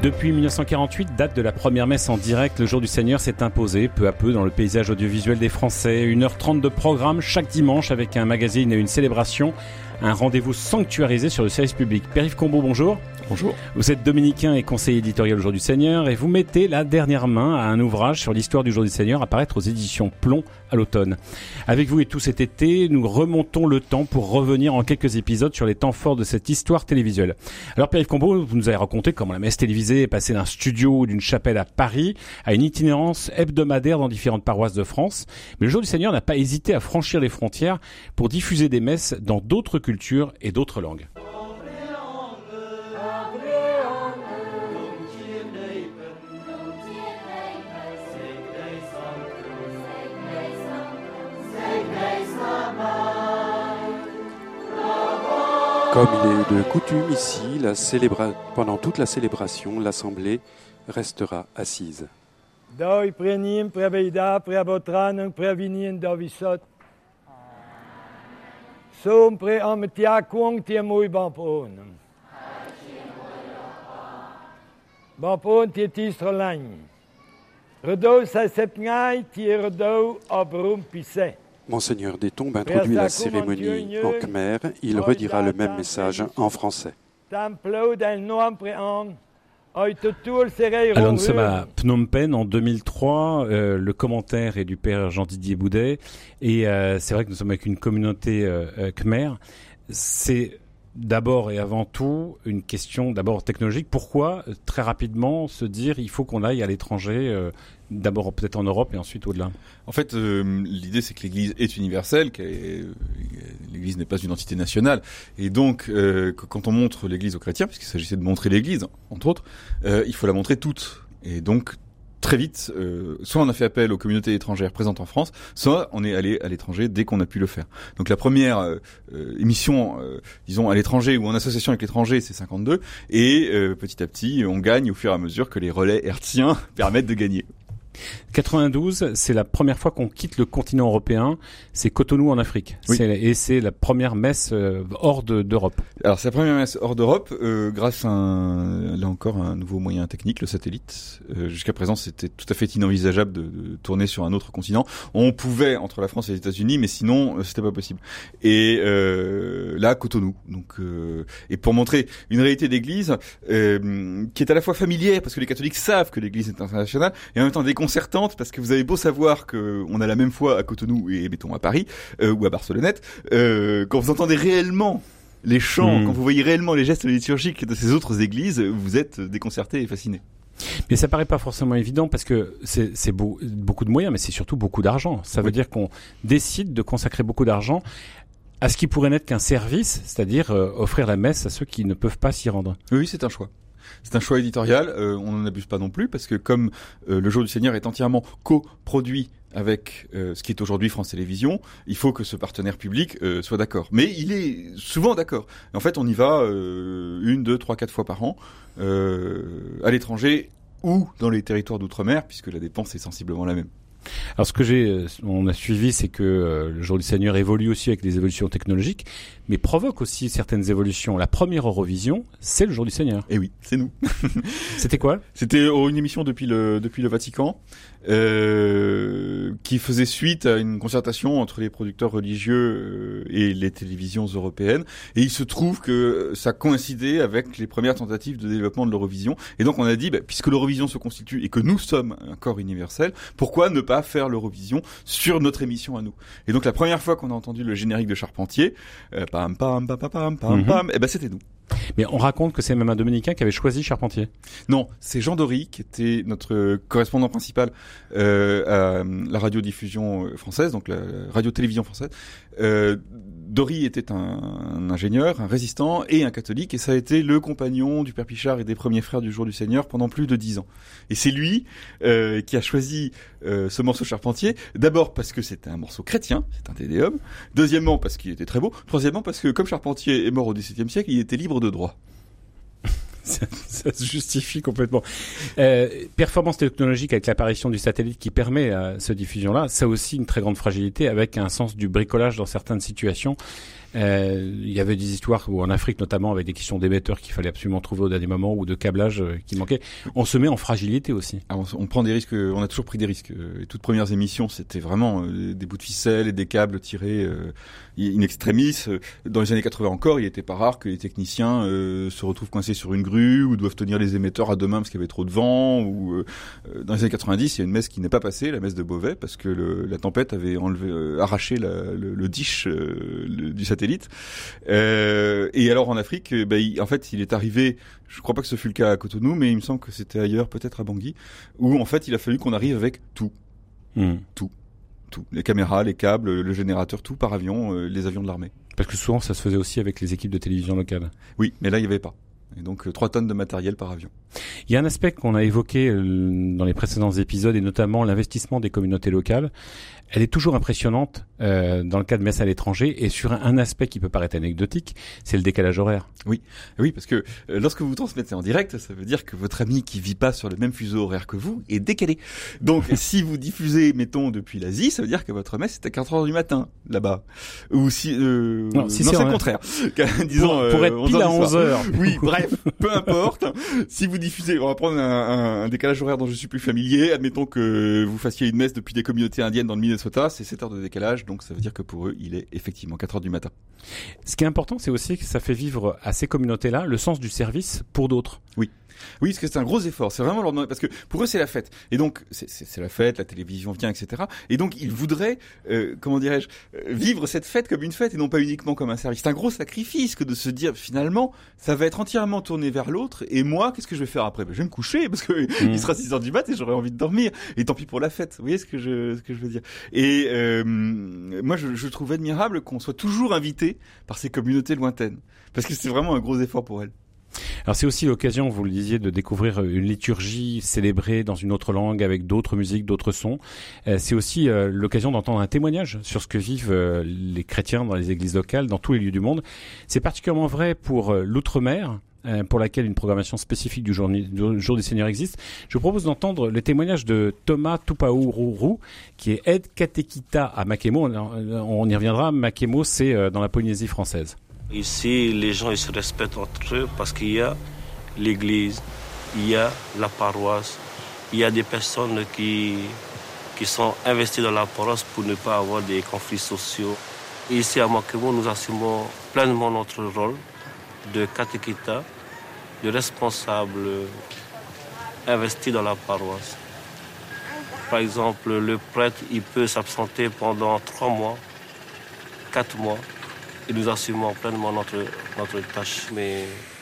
Depuis 1948, date de la première messe en direct, le Jour du Seigneur s'est imposé peu à peu dans le paysage audiovisuel des Français. 1h30 de programme chaque dimanche avec un magazine et une célébration. Un rendez-vous sanctuarisé sur le service public. Pierre-Yves Combeau, bonjour. Bonjour. Vous êtes dominicain et conseiller éditorial au Jour du Seigneur et vous mettez la dernière main à un ouvrage sur l'histoire du Jour du Seigneur à paraître aux éditions Plomb à l'automne. Avec vous et tout cet été, nous remontons le temps pour revenir en quelques épisodes sur les temps forts de cette histoire télévisuelle. Alors Pierre-Yves Combeau, vous nous avez raconté comment la messe télévisée est passée d'un studio ou d'une chapelle à Paris à une itinérance hebdomadaire dans différentes paroisses de France. Mais le Jour du Seigneur n'a pas hésité à franchir les frontières pour diffuser des messes dans d'autres cultures et d'autres langues. Comme il est de coutume ici, pendant toute la célébration, l'assemblée restera assise. Monseigneur Detombe introduit la cérémonie en khmer. Il redira le même message en français. Alors nous sommes à Phnom Penh en 2003, le commentaire est du père Jean-Didier Boudet et c'est vrai que nous sommes avec une communauté khmer. C'est d'abord et avant tout une question d'abord technologique. Pourquoi très rapidement se dire il faut qu'on aille à l'étranger, d'abord peut-être en Europe et ensuite au-delà? En fait, l'idée c'est que l'Église est universelle, l'Église n'est pas une entité nationale, et donc quand on montre l'Église aux chrétiens, puisqu'il s'agissait de montrer l'Église, entre autres, il faut la montrer toute. Et donc très vite, soit on a fait appel aux communautés étrangères présentes en France, soit on est allé à l'étranger dès qu'on a pu le faire. Donc la première émission, disons à l'étranger ou en association avec l'étranger, c'est 52, et petit à petit, on gagne au fur et à mesure que les relais hertziens permettent de gagner. 92, c'est la première fois qu'on quitte le continent européen. C'est Cotonou en Afrique. Oui. C'est la première messe hors d'Europe. Alors c'est la première messe hors d'Europe grâce à là encore un nouveau moyen technique, le satellite. Jusqu'à présent, c'était tout à fait inenvisageable de tourner sur un autre continent. On pouvait entre la France et les États-Unis, mais sinon c'était pas possible. Et là, Cotonou. Donc et pour montrer une réalité d'Église qui est à la fois familière parce que les catholiques savent que l'Église est internationale et en même temps déconcertante parce que vous avez beau savoir que on a la même foi à Cotonou et mettons à Paris ou à Barcelonnette, quand vous entendez réellement les chants, quand vous voyez réellement les gestes liturgiques de ces autres églises, vous êtes déconcerté et fasciné. Mais ça paraît pas forcément évident parce que c'est beaucoup de moyens, mais c'est surtout beaucoup d'argent. Ça veut dire qu'on décide de consacrer beaucoup d'argent à ce qui pourrait n'être qu'un service, c'est-à-dire offrir la messe à ceux qui ne peuvent pas s'y rendre. Oui, c'est un choix. C'est un choix éditorial, on n'en abuse pas non plus, parce que comme le Jour du Seigneur est entièrement coproduit avec ce qui est aujourd'hui France Télévisions, il faut que ce partenaire public soit d'accord. Mais il est souvent d'accord. En fait, on y va 1, 2, 3, 4 fois par an, à l'étranger ou dans les territoires d'outre-mer, puisque la dépense est sensiblement la même. Alors ce que on a suivi, c'est que le Jour du Seigneur évolue aussi avec les évolutions technologiques, mais provoque aussi certaines évolutions. La première Eurovision, c'est le Jour du Seigneur. Et oui, c'est nous. C'était quoi? C'était une émission depuis le Vatican, qui faisait suite à une concertation entre les producteurs religieux et les télévisions européennes. Et il se trouve que ça coïncidait avec les premières tentatives de développement de l'Eurovision. Et donc on a dit, puisque l'Eurovision se constitue et que nous sommes un corps universel, pourquoi ne pas faire l'Eurovision sur notre émission à nous? Et donc la première fois qu'on a entendu le générique de Charpentier, pam pam pam pam pam pam pam, c'était nous. Mais on raconte que c'est même un dominicain qui avait choisi Charpentier. Non, c'est Jean Dory qui était notre correspondant principal à la radiodiffusion française, donc la radio-télévision française. Dory était un ingénieur, un résistant et un catholique, et ça a été le compagnon du Père Pichard et des premiers frères du Jour du Seigneur pendant plus de 10 ans. Et c'est lui qui a choisi ce morceau Charpentier, d'abord parce que c'était un morceau chrétien, c'est un Tédéum, deuxièmement parce qu'il était très beau, troisièmement parce que comme Charpentier est mort au XVIIe siècle, il était libre de droit. Ça se justifie complètement. Performance technologique avec l'apparition du satellite qui permet cette diffusion-là, ça a aussi une très grande fragilité avec un sens du bricolage dans certaines situations. Il y avait des histoires où en Afrique notamment avec des questions d'émetteurs qu'il fallait absolument trouver au dernier moment ou de câblage qui manquait. On se met en fragilité aussi. Alors, on prend des risques, on a toujours pris des risques. Les toutes premières émissions, c'était vraiment des bouts de ficelle et des câbles tirés in extremis. Dans les années 80 encore, il n'était pas rare que les techniciens se retrouvent coincés sur une grue ou doivent tenir les émetteurs à deux mains parce qu'il y avait trop de vent. Ou dans les années 90, il y a une messe qui n'est pas passée, la messe de Beauvais, parce que la tempête avait arraché le dish du satellite. Et alors en Afrique, en fait, il est arrivé. Je crois pas que ce fut le cas à Cotonou, mais il me semble que c'était ailleurs, peut-être à Bangui, où en fait, il a fallu qu'on arrive avec tout. Tout. Les caméras, les câbles, le générateur, tout par avion, les avions de l'armée. Parce que souvent, ça se faisait aussi avec les équipes de télévision locales. Oui, mais là, il n'y avait pas. Et donc 3 tonnes de matériel par avion. Il y a un aspect qu'on a évoqué dans les précédents épisodes, et notamment l'investissement des communautés locales. Elle est toujours impressionnante dans le cas de messes à l'étranger, et sur un aspect qui peut paraître anecdotique, c'est le décalage horaire. Oui, parce que lorsque vous transmettez en direct, ça veut dire que votre ami qui vit pas sur le même fuseau horaire que vous est décalé. Donc si vous diffusez, mettons, depuis l'Asie, ça veut dire que votre messe est à 4h du matin, là-bas. Ou si... non, c'est le contraire. Disons, pour être pile à 11h. Oui, bref, peu importe. Si vous diffusez, on va prendre un décalage horaire dont je suis plus familier. Admettons que vous fassiez une messe depuis des communautés indiennes dans le Minnesota, c'est 7 heures de décalage, donc ça veut dire que pour eux, il est effectivement 4 heures du matin. Ce qui est important, c'est aussi que ça fait vivre à ces communautés-là le sens du service pour d'autres. Oui, parce que c'est un gros effort. C'est vraiment leur demander, parce que pour eux c'est la fête. Et donc c'est la fête, la télévision vient, etc. Et donc ils voudraient, vivre cette fête comme une fête et non pas uniquement comme un service. C'est un gros sacrifice que de se dire finalement ça va être entièrement tourné vers l'autre. Et moi, qu'est-ce que je vais faire après ? Je vais me coucher parce que il sera 6 heures du mat et j'aurai envie de dormir. Et tant pis pour la fête. Vous voyez ce que je veux dire ? Et moi je trouve admirable qu'on soit toujours invité par ces communautés lointaines, parce que c'est vraiment un gros effort pour elles. Alors c'est aussi l'occasion, vous le disiez, de découvrir une liturgie célébrée dans une autre langue avec d'autres musiques, d'autres sons. C'est aussi l'occasion d'entendre un témoignage sur ce que vivent les chrétiens dans les églises locales, dans tous les lieux du monde. C'est particulièrement vrai pour l'outre-mer, pour laquelle une programmation spécifique du jour du Seigneur existe. Je vous propose d'entendre le témoignage de Thomas Tupaururu, qui est aide catéchita à Makemo. On y reviendra. Makemo, c'est dans la Polynésie française. Ici, les gens ils se respectent entre eux parce qu'il y a l'église, il y a la paroisse, il y a des personnes qui sont investies dans la paroisse pour ne pas avoir des conflits sociaux. Et ici à Makemo, nous assumons pleinement notre rôle de catéchita, de responsable investi dans la paroisse. Par exemple, le prêtre il peut s'absenter pendant 3 mois, 4 mois. Et nous assumons pleinement notre tâche, mais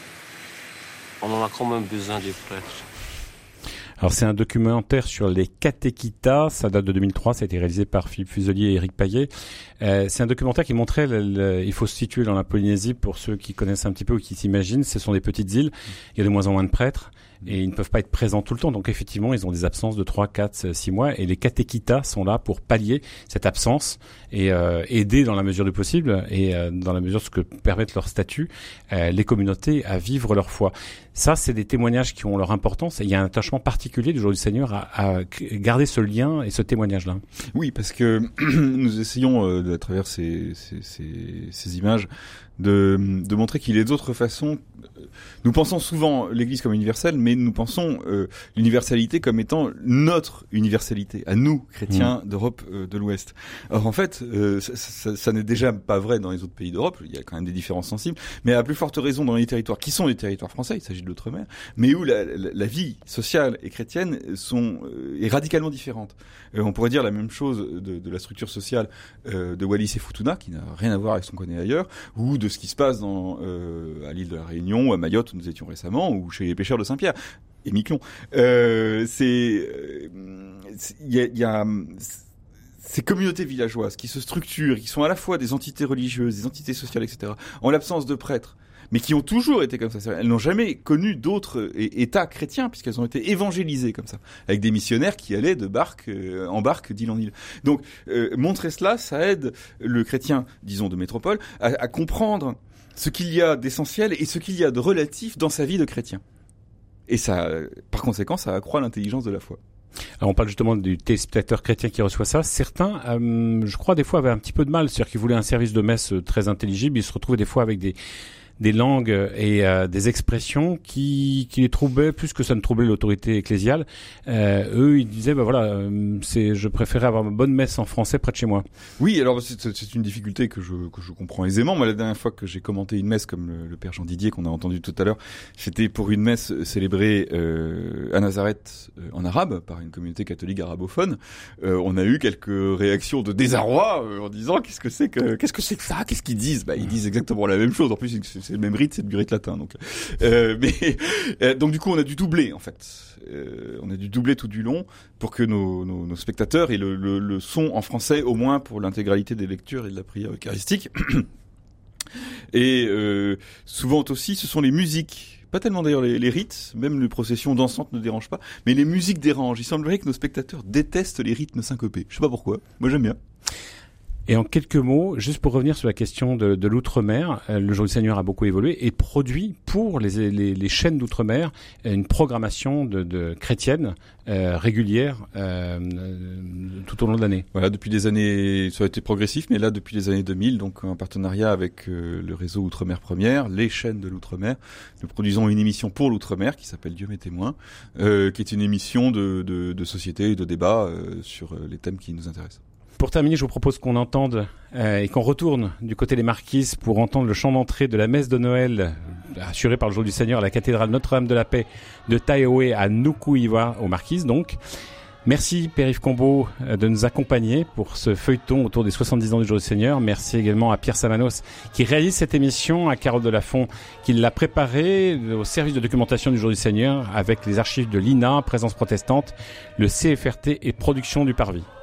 on en a quand même besoin des prêtres. Alors c'est un documentaire sur les catéchitas, ça date de 2003, ça a été réalisé par Philippe Fuselier et Éric Payet. C'est un documentaire qui montrait, il faut se situer dans la Polynésie pour ceux qui connaissent un petit peu ou qui s'imaginent, ce sont des petites îles, il y a de moins en moins de prêtres. Et ils ne peuvent pas être présents tout le temps. Donc effectivement, ils ont des absences de 3, 4, 6 mois. Et les catéchitas sont là pour pallier cette absence et aider dans la mesure du possible et dans la mesure de ce que permettent leurs statuts, les communautés à vivre leur foi. Ça, c'est des témoignages qui ont leur importance. Et il y a un attachement particulier du Jour du Seigneur à garder ce lien et ce témoignage-là. Oui, parce que nous essayons, à travers ces images, de montrer qu'il y a d'autres façons. Nous pensons souvent l'Église comme universelle, mais nous pensons l'universalité comme étant notre universalité, à nous, chrétiens d'Europe de l'Ouest. Or, en fait, ça n'est déjà pas vrai dans les autres pays d'Europe, il y a quand même des différences sensibles, mais à plus forte raison dans les territoires qui sont les territoires français, il s'agit de l'outre-mer, mais où la vie sociale et chrétienne est radicalement différente. On pourrait dire la même chose de la structure sociale de Wallis et Futuna, qui n'a rien à voir avec ce qu'on connaît ailleurs, ou de ce qui se passe à l'île de la Réunion, ou à Mayotte où nous étions récemment, ou chez les pêcheurs de Saint-Pierre et Miquelon. Il y a ces communautés villageoises qui se structurent, qui sont à la fois des entités religieuses, des entités sociales, etc., en l'absence de prêtres, mais qui ont toujours été comme ça. Elles n'ont jamais connu d'autres États chrétiens, puisqu'elles ont été évangélisées comme ça, avec des missionnaires qui allaient de barque en barque d'île en île. Donc, montrer cela, ça aide le chrétien, disons, de métropole, à comprendre ce qu'il y a d'essentiel et ce qu'il y a de relatif dans sa vie de chrétien. Et ça, par conséquent, ça accroît l'intelligence de la foi. Alors on parle justement du téléspectateur chrétien qui reçoit ça. Certains, je crois, des fois avaient un petit peu de mal. C'est-à-dire qu'ils voulaient un service de messe très intelligible. Ils se retrouvaient des fois avec des langues et des expressions qui les troublaient plus que ça ne troublait l'autorité ecclésiale. Eux, ils disaient, je préférais avoir ma bonne messe en français près de chez moi. Oui, alors c'est une difficulté que je comprends aisément. Moi, la dernière fois que j'ai commenté une messe comme le père Jean Didier qu'on a entendu tout à l'heure, c'était pour une messe célébrée à Nazareth en arabe par une communauté catholique arabophone. On a eu quelques réactions de désarroi en disant qu'est-ce que c'est que ça, qu'est-ce qu'ils disent. Ils disent exactement la même chose. En plus, c'est le même rite, c'est du rite latin. Donc, donc du coup, on a dû doubler en fait. On a dû doubler tout du long pour que nos spectateurs aient le son en français au moins pour l'intégralité des lectures et de la prière eucharistique. Et souvent aussi, ce sont les musiques. Pas tellement d'ailleurs les rites, même les processions dansantes ne dérangent pas, mais les musiques dérangent. Il semblerait que nos spectateurs détestent les rythmes syncopés. Je sais pas pourquoi. Moi, j'aime bien. Et en quelques mots, juste pour revenir sur la question de l'outre-mer, le Jour du Seigneur a beaucoup évolué et produit pour les chaînes d'outre-mer une programmation de chrétienne régulière tout au long de l'année. Voilà, depuis des années, ça a été progressif, mais là depuis les années 2000, donc en partenariat avec le réseau Outre-mer Première, les chaînes de l'outre-mer, nous produisons une émission pour l'outre-mer qui s'appelle Dieu mes témoins, qui est une émission de société et de débat sur les thèmes qui nous intéressent. Pour terminer, je vous propose qu'on entende et qu'on retourne du côté des Marquises pour entendre le chant d'entrée de la messe de Noël assurée par le Jour du Seigneur à la cathédrale Notre-Dame de la Paix de Taiohae à Nuku'iwa aux Marquises donc. Merci Père-Yves Combeau de nous accompagner pour ce feuilleton autour des 70 ans du Jour du Seigneur. Merci également à Pierre Samanos qui réalise cette émission, à Carole Delafont qui l'a préparée au service de documentation du Jour du Seigneur avec les archives de l'INA, Présence protestante, le CFRT et Production du Parvis.